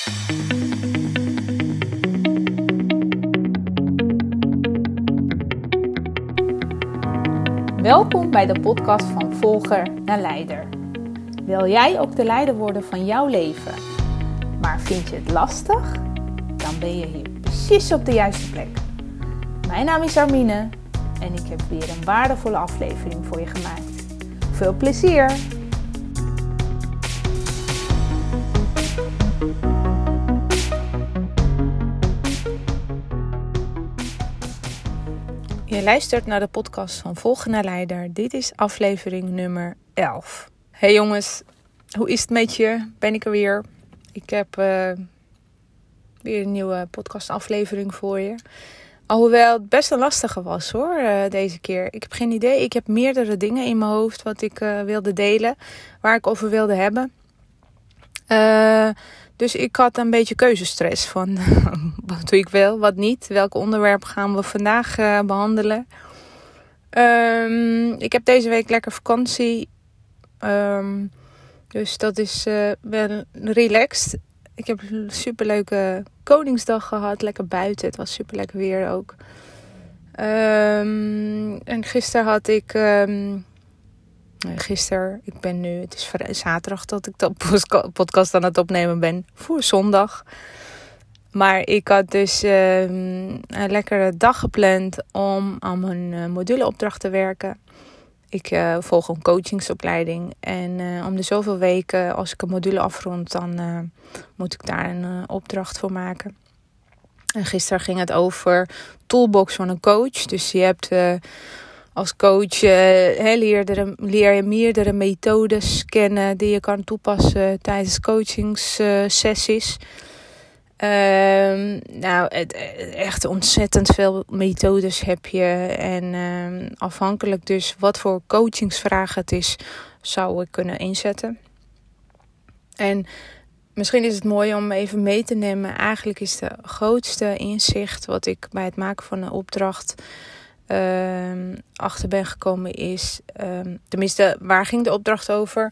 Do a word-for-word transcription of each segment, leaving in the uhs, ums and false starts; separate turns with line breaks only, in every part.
Welkom bij de podcast van Volger naar Leider. Wil jij ook de leider worden van jouw leven? Maar vind je het lastig? Dan ben je hier precies op de juiste plek. Mijn naam is Armine en ik heb weer een waardevolle aflevering voor je gemaakt. Veel plezier! Je luistert naar de podcast van Volger naar Leider. Dit is aflevering nummer elf. Hey jongens, hoe is het met je? Ben ik er weer? Ik heb uh, weer een nieuwe podcastaflevering voor je. Alhoewel het best een lastige was hoor, uh, deze keer. Ik heb geen idee. Ik heb meerdere dingen in mijn hoofd wat ik uh, wilde delen. Waar ik over wilde hebben. Uh, dus ik had een beetje keuzestress van wat doe ik wel, wat niet. Welke onderwerp gaan we vandaag uh, behandelen. Um, ik heb deze week lekker vakantie. Um, dus dat is uh, wel relaxed. Ik heb een superleuke Koningsdag gehad. Lekker buiten. Het was super lekker weer ook. Um, en gisteren had ik... Um, gisteren, ik ben nu... Het is zaterdag dat ik de podcast aan het opnemen ben. Voor zondag. Maar ik had dus um, een lekkere dag gepland om aan mijn uh, moduleopdracht te werken. Ik uh, volg een coachingsopleiding. En uh, om de zoveel weken, als ik een module afrond, dan uh, moet ik daar een uh, opdracht voor maken. En gisteren ging het over toolbox van een coach. Dus je hebt uh, als coach uh, he, leer, leer je meerdere methodes kennen die je kan toepassen tijdens coachingssessies. Uh, nou, het, echt ontzettend veel methodes heb je. En uh, afhankelijk dus wat voor coachingsvragen het is, zou ik kunnen inzetten. En misschien is het mooi om even mee te nemen. Eigenlijk is de grootste inzicht wat ik bij het maken van een opdracht uh, achter ben gekomen is... Um, tenminste, waar ging de opdracht over?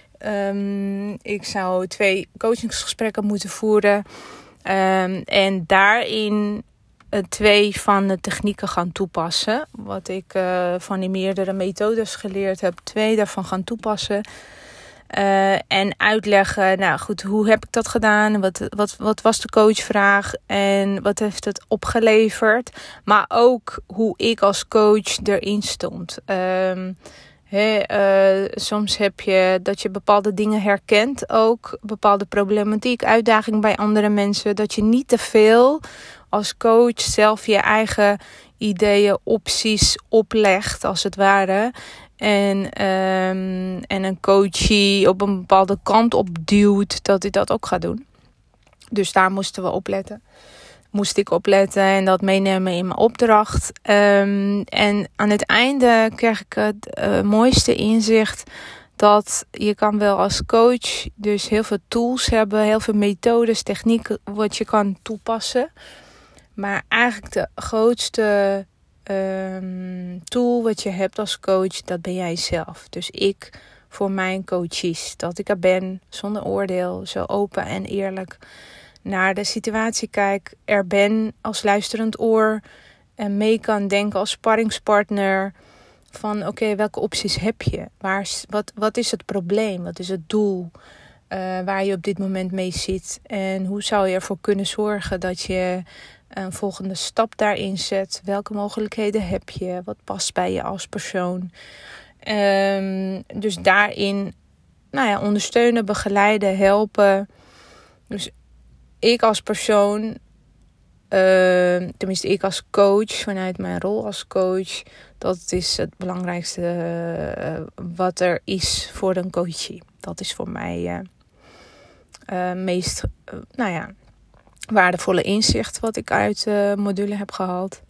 Um, ik zou twee coachingsgesprekken moeten voeren... Um, en daarin uh, twee van de technieken gaan toepassen. Wat ik uh, van die meerdere methodes geleerd heb. Twee daarvan gaan toepassen. Uh, en uitleggen, nou goed, hoe heb ik dat gedaan? Wat, wat, wat was de coachvraag? En wat heeft het opgeleverd? Maar ook hoe ik als coach erin stond. Um, He, uh, soms heb je dat je bepaalde dingen herkent. Ook bepaalde problematiek, uitdaging bij andere mensen. Dat je niet te veel als coach zelf je eigen ideeën, opties oplegt als het ware. En, um, en een coachie op een bepaalde kant op duwt dat hij dat ook gaat doen. Dus daar moesten we opletten. Moest ik opletten en dat meenemen in mijn opdracht. Um, en aan het einde kreeg ik het uh, mooiste inzicht dat je kan wel als coach dus heel veel tools hebben, heel veel methodes, technieken wat je kan toepassen. Maar eigenlijk de grootste um, tool wat je hebt als coach, dat ben jij zelf. Dus ik voor mijn coaches, dat ik er ben zonder oordeel, zo open en eerlijk naar de situatie kijk, er ben als luisterend oor en mee kan denken als sparringspartner van oké, okay, welke opties heb je? Waar, wat, wat is het probleem? Wat is het doel uh, waar je op dit moment mee zit? En hoe zou je ervoor kunnen zorgen dat je een volgende stap daarin zet? Welke mogelijkheden heb je? Wat past bij je als persoon? Um, dus daarin nou ja, ondersteunen, begeleiden, helpen. Dus ik als persoon, uh, tenminste ik als coach, vanuit mijn rol als coach, dat is het belangrijkste uh, wat er is voor een coachie. Dat is voor mij uh, uh, meest, uh, nou ja, waardevolle inzicht wat ik uit de uh, module heb gehaald.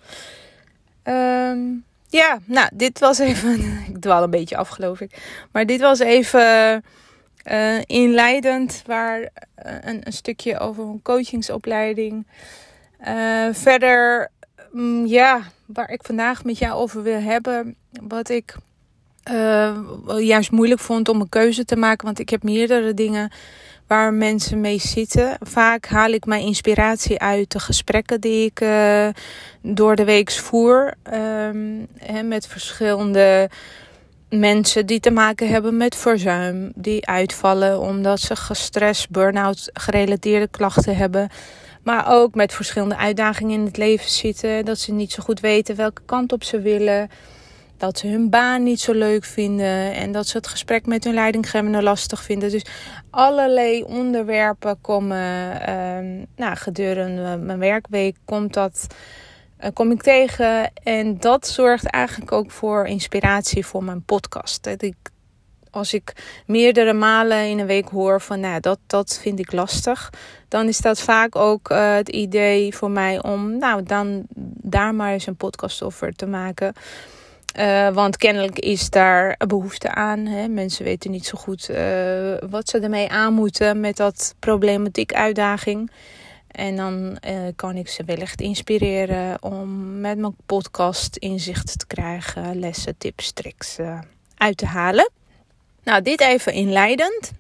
Um, ja, nou, dit was even, ik dwaal een beetje af geloof ik, maar dit was even Uh, inleidend, waar uh, een, een stukje over een coachingsopleiding. Uh, verder, um, ja, waar ik vandaag met jou over wil hebben, wat ik uh, juist moeilijk vond om een keuze te maken. Want ik heb meerdere dingen waar mensen mee zitten. Vaak haal ik mijn inspiratie uit de gesprekken die ik uh, door de week voer. Um, hè, met verschillende mensen die te maken hebben met verzuim. Die uitvallen omdat ze gestrest, burn-out gerelateerde klachten hebben. Maar ook met verschillende uitdagingen in het leven zitten. Dat ze niet zo goed weten welke kant op ze willen. Dat ze hun baan niet zo leuk vinden. En dat ze het gesprek met hun leidinggevende lastig vinden. Dus allerlei onderwerpen komen. Uh, nou, gedurende mijn werkweek komt dat, uh, kom ik tegen. En dat zorgt eigenlijk ook voor inspiratie voor mijn podcast. Dat ik, als ik meerdere malen in een week hoor van nou, dat, dat vind ik lastig. Dan is dat vaak ook uh, het idee voor mij om nou, dan daar maar eens een podcast over te maken. Uh, want kennelijk is daar een behoefte aan. Hè? Mensen weten niet zo goed uh, wat ze ermee aan moeten met dat problematiek uitdaging. En dan uh, kan ik ze wellicht inspireren om met mijn podcast inzicht te krijgen, lessen, tips, tricks uh, uit te halen. Nou, dit even inleidend.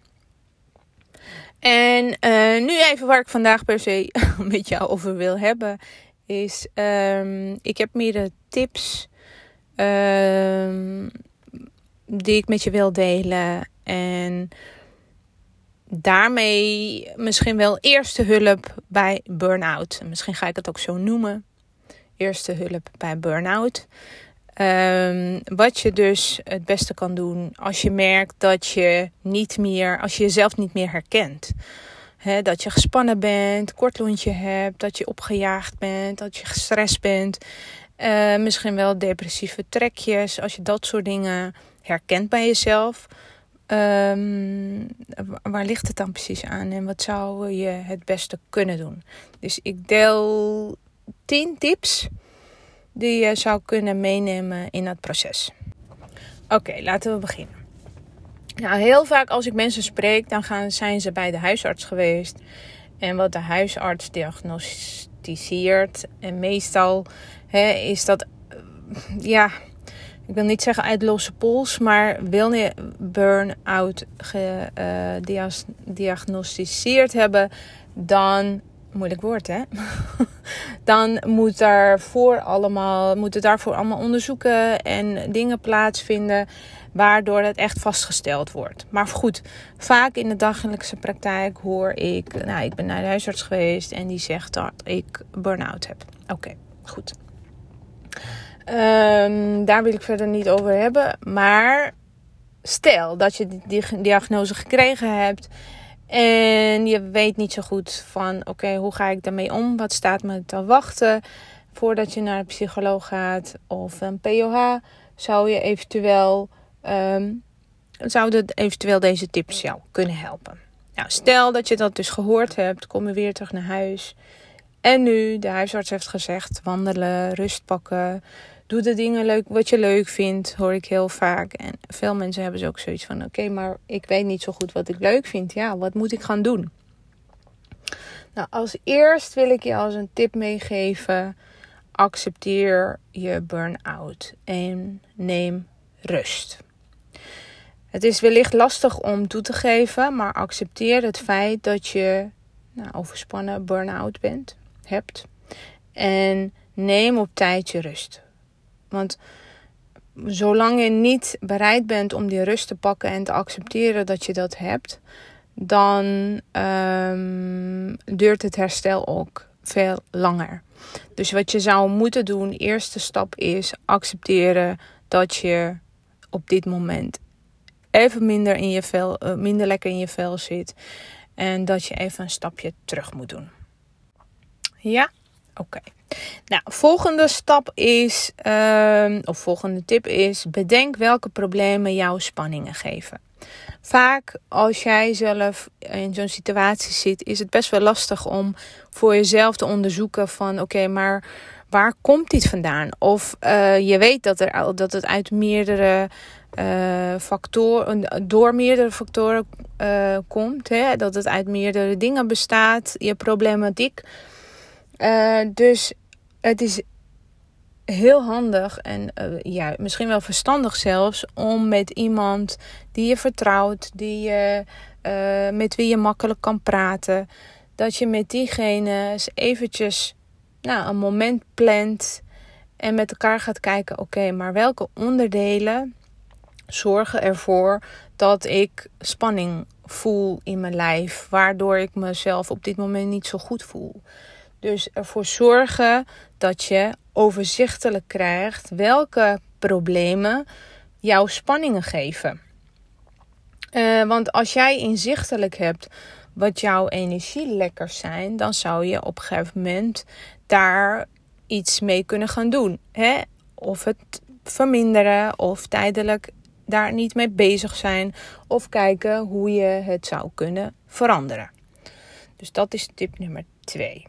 En uh, nu even waar ik vandaag per se met jou over wil hebben, is um, ik heb meerdere tips Uh, die ik met je wil delen. En daarmee misschien wel eerste hulp bij burn-out. Misschien ga ik het ook zo noemen. Eerste hulp bij burn-out. Um, wat je dus het beste kan doen als je merkt dat je niet meer, als je jezelf niet meer herkent. He, dat je gespannen bent, kort lontje hebt, dat je opgejaagd bent, dat je gestrest bent. Uh, misschien wel depressieve trekjes. Als je dat soort dingen herkent bij jezelf. Um, waar ligt het dan precies aan? En wat zou je het beste kunnen doen? Dus ik deel tien tips die je zou kunnen meenemen in dat proces. Oké, okay, laten we beginnen. Nou, heel vaak als ik mensen spreek, dan gaan, zijn ze bij de huisarts geweest. En wat de huisarts diagnosticeert. En meestal he, is dat, ja, ik wil niet zeggen uit losse pols, maar wil je burn-out gediagnosticeerd uh, hebben, dan, moeilijk woord hè, dan moet daarvoor allemaal, moeten daarvoor allemaal onderzoeken en dingen plaatsvinden, waardoor het echt vastgesteld wordt. Maar goed, vaak in de dagelijkse praktijk hoor ik, nou, ik ben naar de huisarts geweest en die zegt dat ik burn-out heb. Oké, okay, goed. Um, daar wil ik verder niet over hebben. Maar stel dat je die diagnose gekregen hebt en je weet niet zo goed van oké, okay, hoe ga ik daarmee om? Wat staat me te wachten voordat je naar een psycholoog gaat of een P O H? Zou je eventueel, um, zouden eventueel deze tips jou kunnen helpen? Nou, stel dat je dat dus gehoord hebt, kom je weer terug naar huis. En nu, de huisarts heeft gezegd, wandelen, rust pakken. Doe de dingen leuk wat je leuk vindt, hoor ik heel vaak. En veel mensen hebben ze ook zoiets van, oké, okay, maar ik weet niet zo goed wat ik leuk vind. Ja, wat moet ik gaan doen? Nou, als eerst wil ik je als een tip meegeven. Accepteer je burn-out en neem rust. Het is wellicht lastig om toe te geven, maar accepteer het feit dat je nou, overspannen burn-out bent, hebt. En neem op tijd je rust. Want zolang je niet bereid bent om die rust te pakken en te accepteren dat je dat hebt, dan um, duurt het herstel ook veel langer. Dus wat je zou moeten doen, de eerste stap is accepteren dat je op dit moment even minder, in je vel, uh, minder lekker in je vel zit. En dat je even een stapje terug moet doen. Ja? Oké. Okay. Nou, volgende stap is, uh, of volgende tip is, bedenk welke problemen jouw spanningen geven. Vaak als jij zelf in zo'n situatie zit, is het best wel lastig om voor jezelf te onderzoeken van oké, okay, maar waar komt dit vandaan? Of uh, je weet dat, er, dat het uit meerdere uh, factoren, door meerdere factoren uh, komt. Hè? Dat het uit meerdere dingen bestaat, je problematiek. Uh, dus het is heel handig en uh, ja, misschien wel verstandig zelfs om met iemand die je vertrouwt, die je, uh, met wie je makkelijk kan praten, dat je met diegene eens eventjes nou, een moment plant en met elkaar gaat kijken, oké, okay, maar welke onderdelen zorgen ervoor dat ik spanning voel in mijn lijf, waardoor ik mezelf op dit moment niet zo goed voel. Dus ervoor zorgen dat je overzichtelijk krijgt welke problemen jouw spanningen geven. Uh, want als jij inzichtelijk hebt wat jouw energielekkers zijn, dan zou je op een gegeven moment daar iets mee kunnen gaan doen. Hè? Of het verminderen of tijdelijk daar niet mee bezig zijn. Of kijken hoe je het zou kunnen veranderen. Dus dat is tip nummer twee.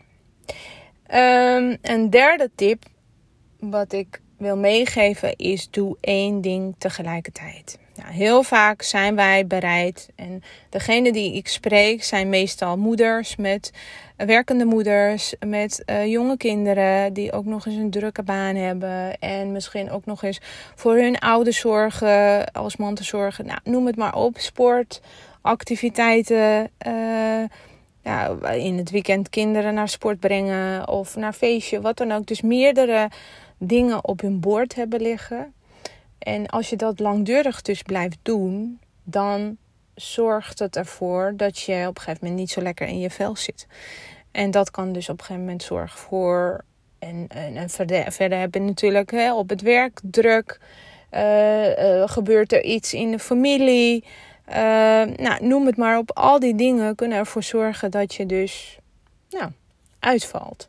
Um, een derde tip wat ik wil meegeven is doe één ding tegelijkertijd. Nou, heel vaak zijn wij bereid en degene die ik spreek zijn meestal moeders met uh, werkende moeders, met uh, jonge kinderen die ook nog eens een drukke baan hebben en misschien ook nog eens voor hun ouders zorgen, als man te zorgen. Nou, noem het maar op, sport, activiteiten, uh, ja, in het weekend kinderen naar sport brengen of naar feestje, wat dan ook. Dus meerdere dingen op hun bord hebben liggen. En als je dat langdurig dus blijft doen, dan zorgt het ervoor dat je op een gegeven moment niet zo lekker in je vel zit. En dat kan dus op een gegeven moment zorgen voor... En, en, en verder, verder heb je natuurlijk hè, op het werk druk. Uh, uh, gebeurt er iets in de familie. Uh, nou, noem het maar op. Al die dingen kunnen ervoor zorgen dat je dus nou, uitvalt.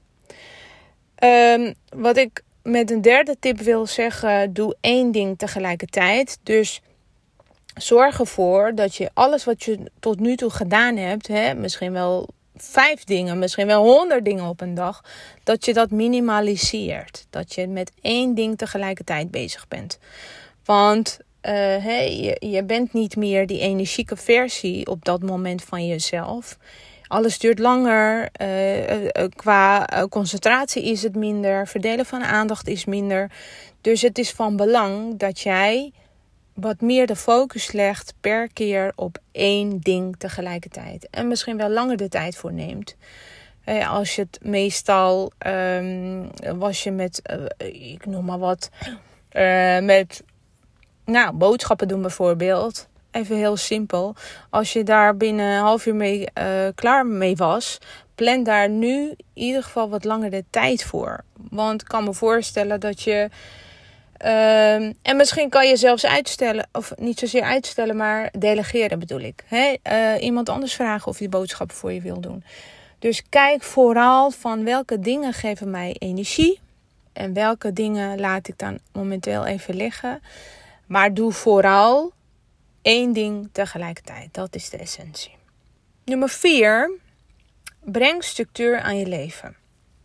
Um, wat ik met een derde tip wil zeggen, doe één ding tegelijkertijd. Dus zorg ervoor dat je alles wat je tot nu toe gedaan hebt, hè, misschien wel vijf dingen, misschien wel honderd dingen op een dag, dat je dat minimaliseert. Dat je met één ding tegelijkertijd bezig bent. Want uh, hey, je, je bent niet meer die energieke versie op dat moment van jezelf. Alles duurt langer, uh, uh, qua uh, concentratie is het minder, verdelen van aandacht is minder. Dus het is van belang dat jij wat meer de focus legt per keer op één ding tegelijkertijd. En misschien wel langer de tijd voor neemt. Uh, als je het meestal um, was je met, uh, ik noem maar wat, uh, met nou, boodschappen doen bijvoorbeeld. Even heel simpel. Als je daar binnen een half uur mee uh, klaar mee was, plan daar nu in ieder geval wat langer de tijd voor. Want ik kan me voorstellen dat je... Uh, en misschien kan je zelfs uitstellen, of niet zozeer uitstellen, maar delegeren bedoel ik. Hè? Uh, iemand anders vragen of je boodschappen voor je wil doen. Dus kijk vooral van welke dingen geven mij energie. En welke dingen laat ik dan momenteel even liggen. Maar doe vooral één ding tegelijkertijd. Dat is de essentie. Nummer vier. Breng structuur aan je leven.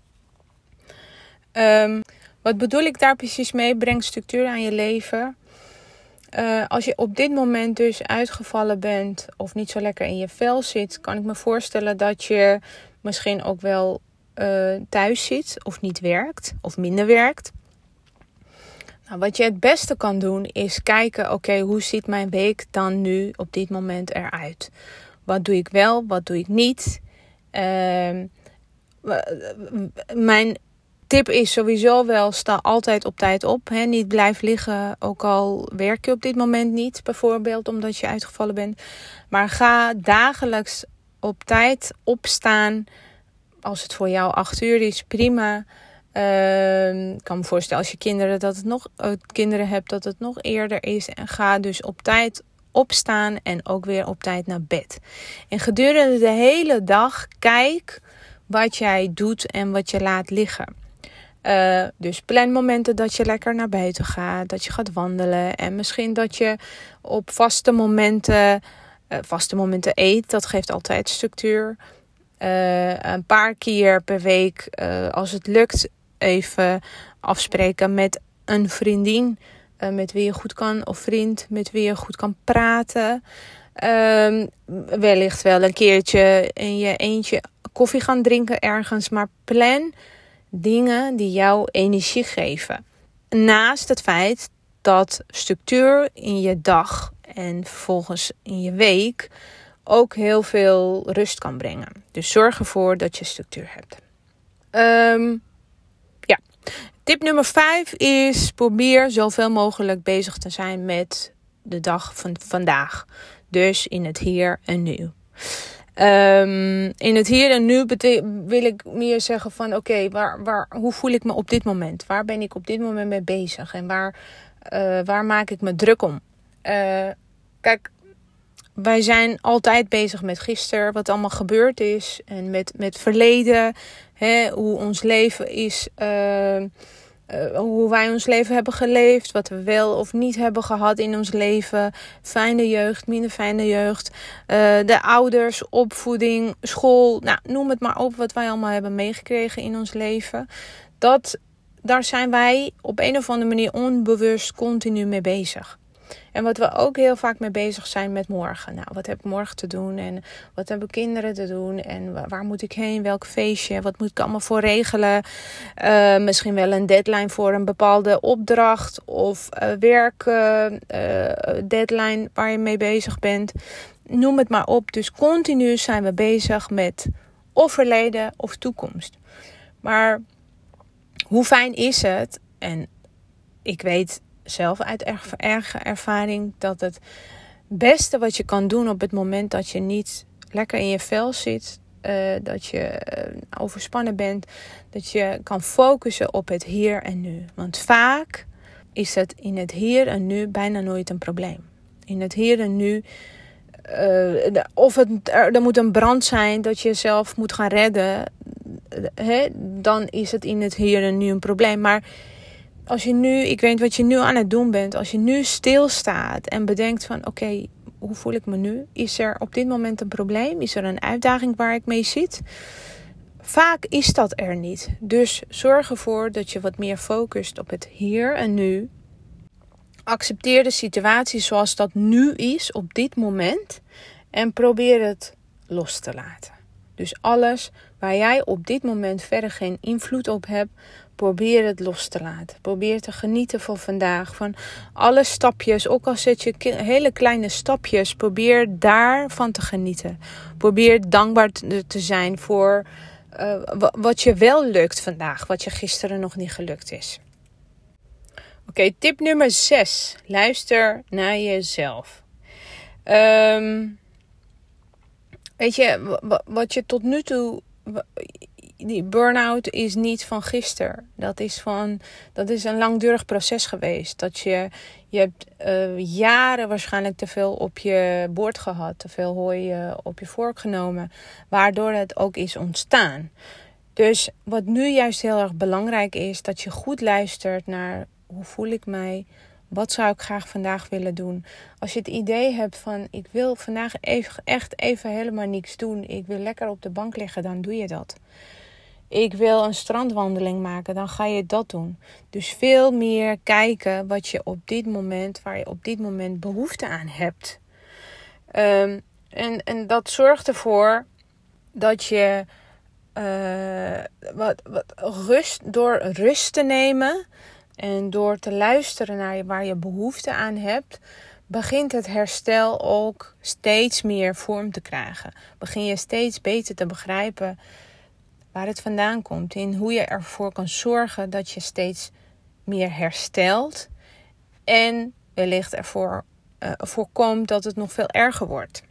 Um, wat bedoel ik daar precies mee? Breng structuur aan je leven. Uh, als je op dit moment dus uitgevallen bent of niet zo lekker in je vel zit, kan ik me voorstellen dat je misschien ook wel uh, thuis zit of niet werkt of minder werkt. Nou, wat je het beste kan doen is kijken, oké, okay, hoe ziet mijn week dan nu op dit moment eruit? Wat doe ik wel, wat doe ik niet? Uh, mijn tip is sowieso wel, sta altijd op tijd op. Hè? Niet blijf liggen, ook al werk je op dit moment niet, bijvoorbeeld omdat je uitgevallen bent. Maar ga dagelijks op tijd opstaan. Als het voor jou acht uur is, prima. Uh, ik kan me voorstellen als je kinderen, dat het nog, uh, kinderen hebt dat het nog eerder is. En ga dus op tijd opstaan en ook weer op tijd naar bed. En gedurende de hele dag kijk wat jij doet en wat je laat liggen. Uh, dus plan momenten dat je lekker naar buiten gaat, dat je gaat wandelen. En misschien dat je op vaste momenten, uh, vaste momenten eet. Dat geeft altijd structuur. Uh, een paar keer per week, uh, als het lukt, even afspreken met een vriendin. Uh, met wie je goed kan, of vriend, met wie je goed kan praten. Uh, wellicht wel een keertje in je eentje koffie gaan drinken ergens. Maar plan dingen die jou energie geven. naast het feit dat structuur in je dag en vervolgens in je week ook heel veel rust kan brengen. Dus zorg ervoor dat je structuur hebt. Um, ja. Tip nummer vijf is: probeer zoveel mogelijk bezig te zijn met de dag van vandaag. Dus in het hier en nu. Um, in het hier en nu bete- wil ik meer zeggen van oké, okay, waar, waar, hoe voel ik me op dit moment? Waar ben ik op dit moment mee bezig? En waar, uh, waar maak ik me druk om? Uh, kijk, wij zijn altijd bezig met gisteren, wat allemaal gebeurd is. En met, met verleden, hè, hoe ons leven is... Uh, Uh, hoe wij ons leven hebben geleefd. Wat we wel of niet hebben gehad in ons leven. Fijne jeugd, minder fijne jeugd. Uh, de ouders, opvoeding, school. Nou, noem het maar op wat wij allemaal hebben meegekregen in ons leven. Dat, daar zijn wij op een of andere manier onbewust continu mee bezig. En wat we ook heel vaak mee bezig zijn met morgen. Nou, wat heb ik morgen te doen? En wat hebben kinderen te doen? En waar moet ik heen? Welk feestje? Wat moet ik allemaal voor regelen? Uh, misschien wel een deadline voor een bepaalde opdracht. Of uh, werk uh, uh, deadline waar je mee bezig bent. Noem het maar op. Dus continu zijn we bezig met of verleden of toekomst. Maar hoe fijn is het? En ik weet zelf uit erg, erge ervaring dat het beste wat je kan doen op het moment dat je niet lekker in je vel zit, uh, dat je uh, overspannen bent, dat je kan focussen op het hier en nu. Want vaak is het in het hier en nu bijna nooit een probleem. In het hier en nu, uh, of het, er, er moet een brand zijn dat je jezelf moet gaan redden, uh, hè, dan is het in het hier en nu een probleem. Maar als je nu, ik weet wat je nu aan het doen bent. Als je nu stilstaat en bedenkt van oké, okay, hoe voel ik me nu? Is er op dit moment een probleem? Is er een uitdaging waar ik mee zit? Vaak is dat er niet. Dus zorg ervoor dat je wat meer focust op het hier en nu. Accepteer de situatie zoals dat nu is op dit moment. En probeer het los te laten. Dus alles waar jij op dit moment verder geen invloed op hebt, probeer het los te laten. Probeer te genieten van vandaag. Van alle stapjes. Ook al zet je hele kleine stapjes. Probeer daarvan te genieten. Probeer dankbaar te zijn voor uh, wat je wel lukt vandaag. Wat je gisteren nog niet gelukt is. Oké, okay, tip nummer zes. Luister naar jezelf. Um, weet je, wat je tot nu toe... Die burn-out is niet van gisteren. Dat is, van, dat is een langdurig proces geweest. Dat je, je hebt uh, jaren waarschijnlijk te veel op je bord gehad. Te veel hooi uh, op je vork genomen. Waardoor het ook is ontstaan. Dus wat nu juist heel erg belangrijk is. Dat je goed luistert naar hoe voel ik mij. Wat zou ik graag vandaag willen doen? Als je het idee hebt van ik wil vandaag even, echt even helemaal niks doen. Ik wil lekker op de bank liggen. Dan doe je dat. Ik wil een strandwandeling maken, dan ga je dat doen. Dus veel meer kijken wat je op dit moment, waar je op dit moment behoefte aan hebt. Um, en, en dat zorgt ervoor dat je uh, wat, wat rust, door rust te nemen en door te luisteren naar je, waar je behoefte aan hebt, begint het herstel ook steeds meer vorm te krijgen. Begin je steeds beter te begrijpen waar het vandaan komt. En hoe je ervoor kan zorgen dat je steeds meer herstelt. En wellicht ervoor uh, voorkomt dat het nog veel erger wordt.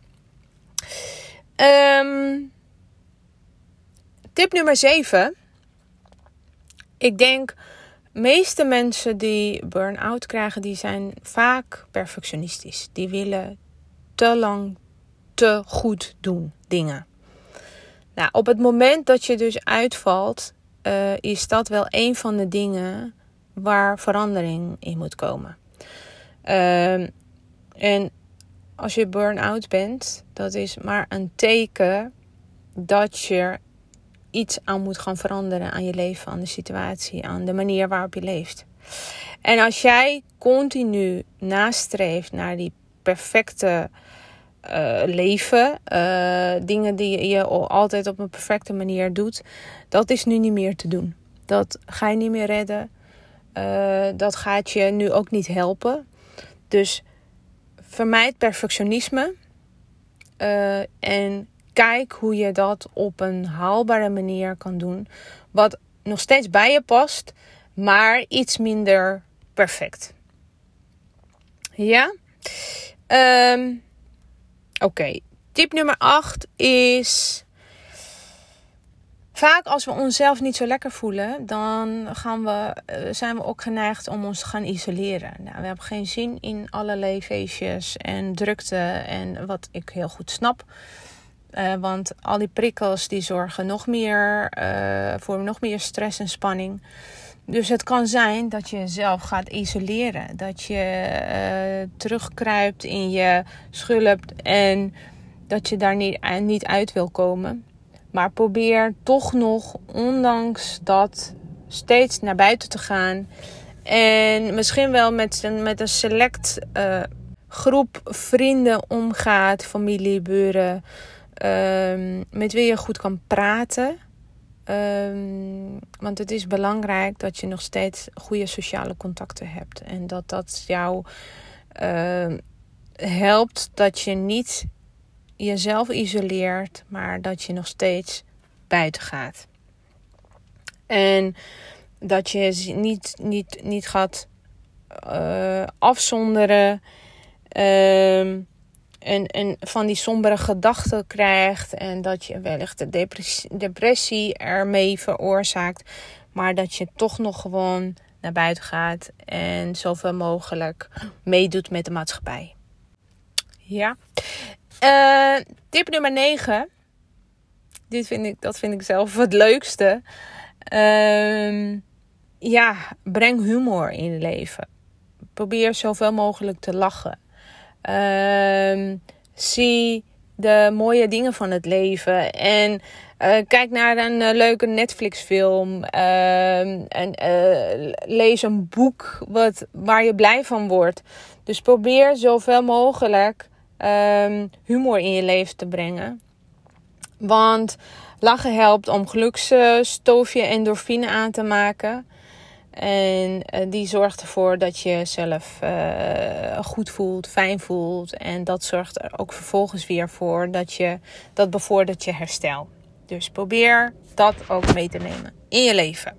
Um, tip nummer zeven. Ik denk, de meeste mensen die burn-out krijgen, die zijn vaak perfectionistisch. Die willen te lang, te goed doen dingen. Nou, op het moment dat je dus uitvalt, uh, is dat wel een van de dingen waar verandering in moet komen. Uh, en als je burn-out bent, dat is maar een teken dat je iets aan moet gaan veranderen aan je leven, aan de situatie, aan de manier waarop je leeft. En als jij continu nastreeft naar die perfecte Uh, leven, uh, dingen die je altijd op een perfecte manier doet, dat is nu niet meer te doen. Dat ga je niet meer redden. Uh, dat gaat je nu ook niet helpen. Dus vermijd perfectionisme. Uh, en kijk hoe je dat op een haalbare manier kan doen. Wat nog steeds bij je past, maar iets minder perfect. Ja? Um, Oké. Okay. Tip nummer acht is... Vaak als we onszelf niet zo lekker voelen, dan gaan we, uh, zijn we ook geneigd om ons te gaan isoleren. Nou, we hebben geen zin in allerlei feestjes en drukte en wat ik heel goed snap. Uh, want al die prikkels die zorgen nog meer, uh, voor nog meer stress en spanning. Dus het kan zijn dat je jezelf gaat isoleren. Dat je uh, terugkruipt in je schulp en dat je daar niet, uh, niet uit wil komen. Maar probeer toch nog, ondanks dat, steeds naar buiten te gaan. En misschien wel met, met een select uh, groep vrienden omgaat, familie, buren. Um, met wie je goed kan praten. Um, want het is belangrijk dat je nog steeds goede sociale contacten hebt. En dat dat jou uh, helpt dat je niet jezelf isoleert, maar dat je nog steeds buiten gaat. En dat je niet, niet, niet gaat uh, afzonderen um, en, en van die sombere gedachten krijgt en dat je wellicht de depressie, depressie ermee veroorzaakt, maar dat je toch nog gewoon naar buiten gaat en zoveel mogelijk meedoet met de maatschappij. Ja. Uh, tip nummer negen. Dit vind ik, dat vind ik zelf het leukste. Uh, ja, breng humor in je leven. Probeer zoveel mogelijk te lachen. Uh, zie de mooie dingen van het leven. En uh, kijk naar een uh, leuke Netflix film. Uh, en uh, lees een boek wat, waar je blij van wordt. Dus probeer zoveel mogelijk Um, humor in je leven te brengen. Want lachen helpt om geluksstofje endorfine aan te maken. En uh, die zorgt ervoor dat je jezelf uh, goed voelt, fijn voelt. En dat zorgt er ook vervolgens weer voor dat je dat bevordert je herstel. Dus probeer dat ook mee te nemen in je leven.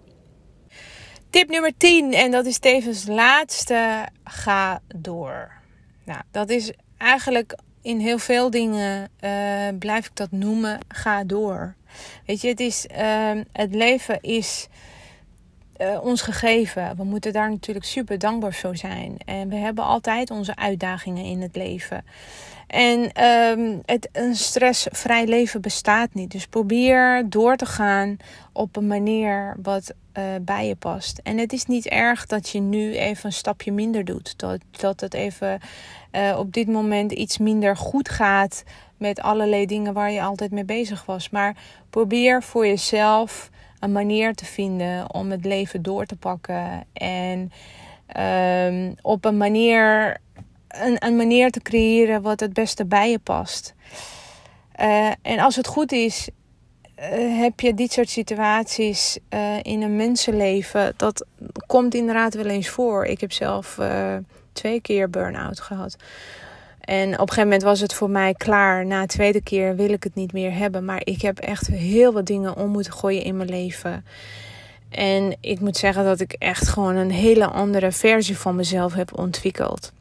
Tip nummer tien, en dat is tevens de laatste, ga door. Nou, dat is eigenlijk in heel veel dingen uh, blijf ik dat noemen, ga door. Weet je, het, is, uh, het leven is uh, ons gegeven. We moeten daar natuurlijk super dankbaar voor zijn. En we hebben altijd onze uitdagingen in het leven. En um, het, een stressvrij leven bestaat niet. Dus probeer door te gaan op een manier wat uh, bij je past. En het is niet erg dat je nu even een stapje minder doet. Dat, dat het even uh, op dit moment iets minder goed gaat met allerlei dingen waar je altijd mee bezig was. Maar probeer voor jezelf een manier te vinden om het leven door te pakken. En um, op een manier... Een, een manier te creëren wat het beste bij je past. Uh, en als het goed is, uh, heb je dit soort situaties uh, in een mensenleven. Dat komt inderdaad wel eens voor. Ik heb zelf uh, twee keer burn-out gehad. En op een gegeven moment was het voor mij klaar. Na de tweede keer wil ik het niet meer hebben. Maar ik heb echt heel wat dingen om moeten gooien in mijn leven. En ik moet zeggen dat ik echt gewoon een hele andere versie van mezelf heb ontwikkeld.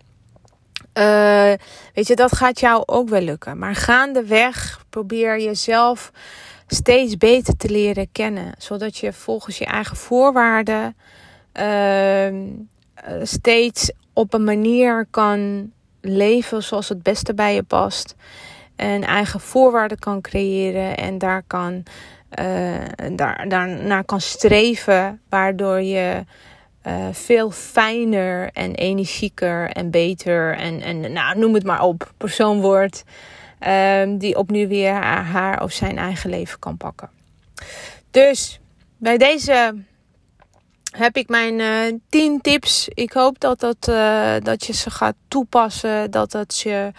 Uh, weet je, dat gaat jou ook wel lukken. Maar gaandeweg probeer jezelf steeds beter te leren kennen. Zodat je volgens je eigen voorwaarden uh, steeds op een manier kan leven zoals het beste bij je past. En eigen voorwaarden kan creëren en daar kan, uh, daar, daarnaar kan streven. Waardoor je Uh, veel fijner en energieker en beter en, en nou, noem het maar op, persoon wordt uh, die opnieuw weer haar, haar of zijn eigen leven kan pakken. Dus bij deze heb ik mijn uh, tien tips. Ik hoop dat, dat, uh, dat je ze gaat toepassen, dat het je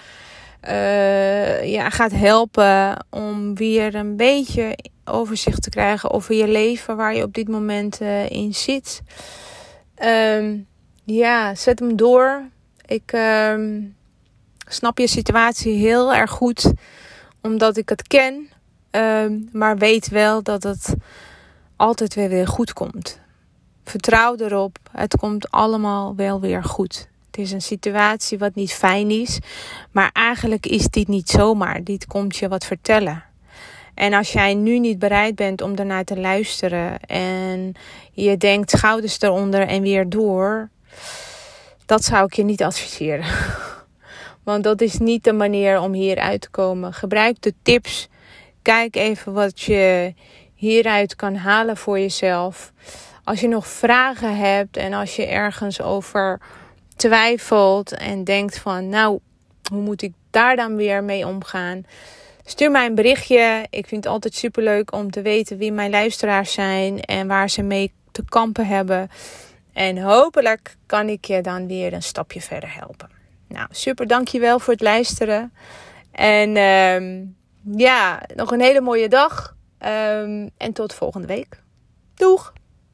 uh, ja, gaat helpen om weer een beetje overzicht te krijgen over je leven waar je op dit moment uh, in zit. Um, ja, zet hem door. Ik um, snap je situatie heel erg goed, omdat ik het ken. Um, maar weet wel dat het altijd weer, weer goed komt. Vertrouw erop, het komt allemaal wel weer goed. Het is een situatie wat niet fijn is, maar eigenlijk is dit niet zomaar. Dit komt je wat vertellen. En als jij nu niet bereid bent om ernaar te luisteren en je denkt schouders eronder en weer door, dat zou ik je niet adviseren. Want dat is niet de manier om hieruit te komen. Gebruik de tips. Kijk even wat je hieruit kan halen voor jezelf. Als je nog vragen hebt en als je ergens over twijfelt en denkt van, nou, hoe moet ik daar dan weer mee omgaan? Stuur mij een berichtje. Ik vind het altijd superleuk om te weten wie mijn luisteraars zijn en waar ze mee te kampen hebben. En hopelijk kan ik je dan weer een stapje verder helpen. Nou, super, dankjewel voor het luisteren. En um, ja, nog een hele mooie dag. Um, en tot volgende week. Doeg!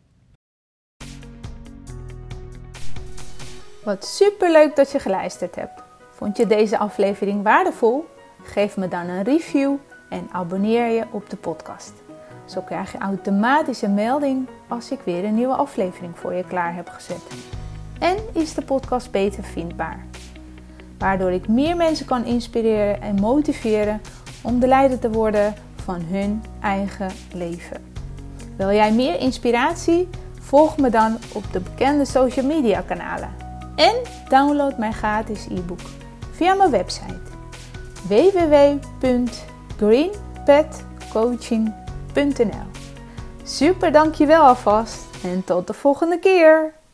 Wat superleuk dat je geluisterd hebt. Vond je deze aflevering waardevol? Geef me dan een review en abonneer je op de podcast. Zo krijg je automatisch een melding als ik weer een nieuwe aflevering voor je klaar heb gezet. En is de podcast beter vindbaar, waardoor ik meer mensen kan inspireren en motiveren om de leider te worden van hun eigen leven. Wil jij meer inspiratie? Volg me dan op de bekende social media kanalen. En download mijn gratis e-book via mijn website w w w punt green pet coaching punt n l. Super, dankjewel alvast en tot de volgende keer!